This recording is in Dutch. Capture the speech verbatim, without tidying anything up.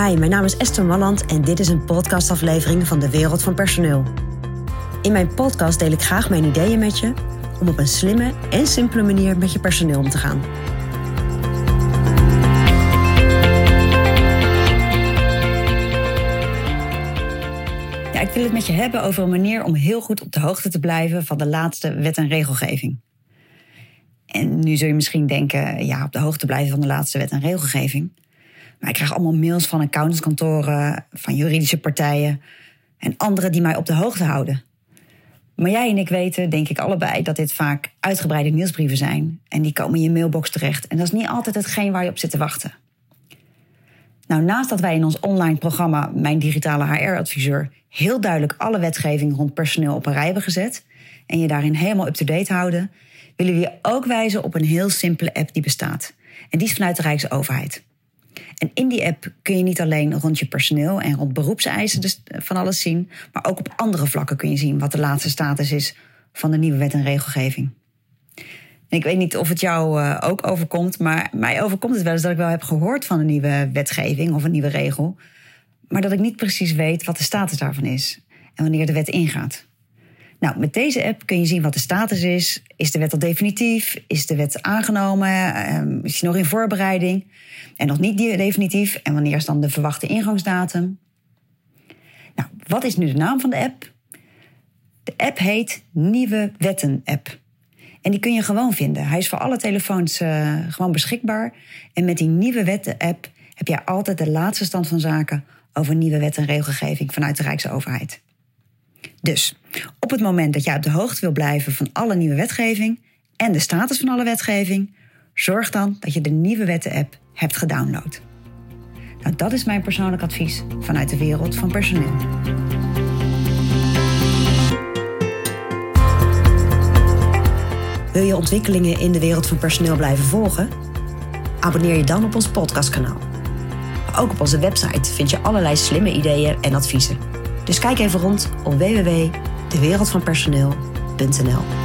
Hi, mijn naam is Esther Malland en dit is een podcastaflevering van de Wereld van Personeel. In mijn podcast deel ik graag mijn ideeën met je om op een slimme en simpele manier met je personeel om te gaan. Ja, ik wil het met je hebben over een manier om heel goed op de hoogte te blijven van de laatste wet en regelgeving. En nu zul je misschien denken, ja, op de hoogte blijven van de laatste wet en regelgeving. Maar ik krijg allemaal mails van accountantskantoren, van juridische partijen en anderen die mij op de hoogte houden. Maar jij en ik weten, denk ik allebei, dat dit vaak uitgebreide nieuwsbrieven zijn. En die komen in je mailbox terecht. En dat is niet altijd hetgeen waar je op zit te wachten. Nou, naast dat wij in ons online programma Mijn Digitale H R-adviseur heel duidelijk alle wetgeving rond personeel op een rij hebben gezet en je daarin helemaal up-to-date houden, willen we je ook wijzen op een heel simpele app die bestaat. En die is vanuit de Rijksoverheid. En in die app kun je niet alleen rond je personeel en rond beroepseisen dus van alles zien, maar ook op andere vlakken kun je zien wat de laatste status is van de nieuwe wet en regelgeving. En ik weet niet of het jou uh, ook overkomt, maar mij overkomt het wel eens dat ik wel heb gehoord van een nieuwe wetgeving of een nieuwe regel, maar dat ik niet precies weet wat de status daarvan is en wanneer de wet ingaat. Nou, met deze app kun je zien wat de status is. Is de wet al definitief? Is de wet aangenomen? Um, is die nog in voorbereiding? En nog niet definitief? En wanneer is dan de verwachte ingangsdatum? Nou, wat is nu de naam van de app? De app heet Nieuwe Wetten App. En die kun je gewoon vinden. Hij is voor alle telefoons uh, gewoon beschikbaar. En met die Nieuwe Wetten App heb je altijd de laatste stand van zaken over nieuwe wet en regelgeving vanuit de Rijksoverheid. Dus op het moment dat jij op de hoogte wil blijven van alle nieuwe wetgeving en de status van alle wetgeving, zorg dan dat je de Nieuwe Wetten-app hebt gedownload. Nou, dat is mijn persoonlijk advies vanuit de wereld van personeel. Wil je ontwikkelingen in de wereld van personeel blijven volgen? Abonneer je dan op ons podcastkanaal. Ook op onze website vind je allerlei slimme ideeën en adviezen. Dus kijk even rond op w w w punt de wereld van personeel punt n l.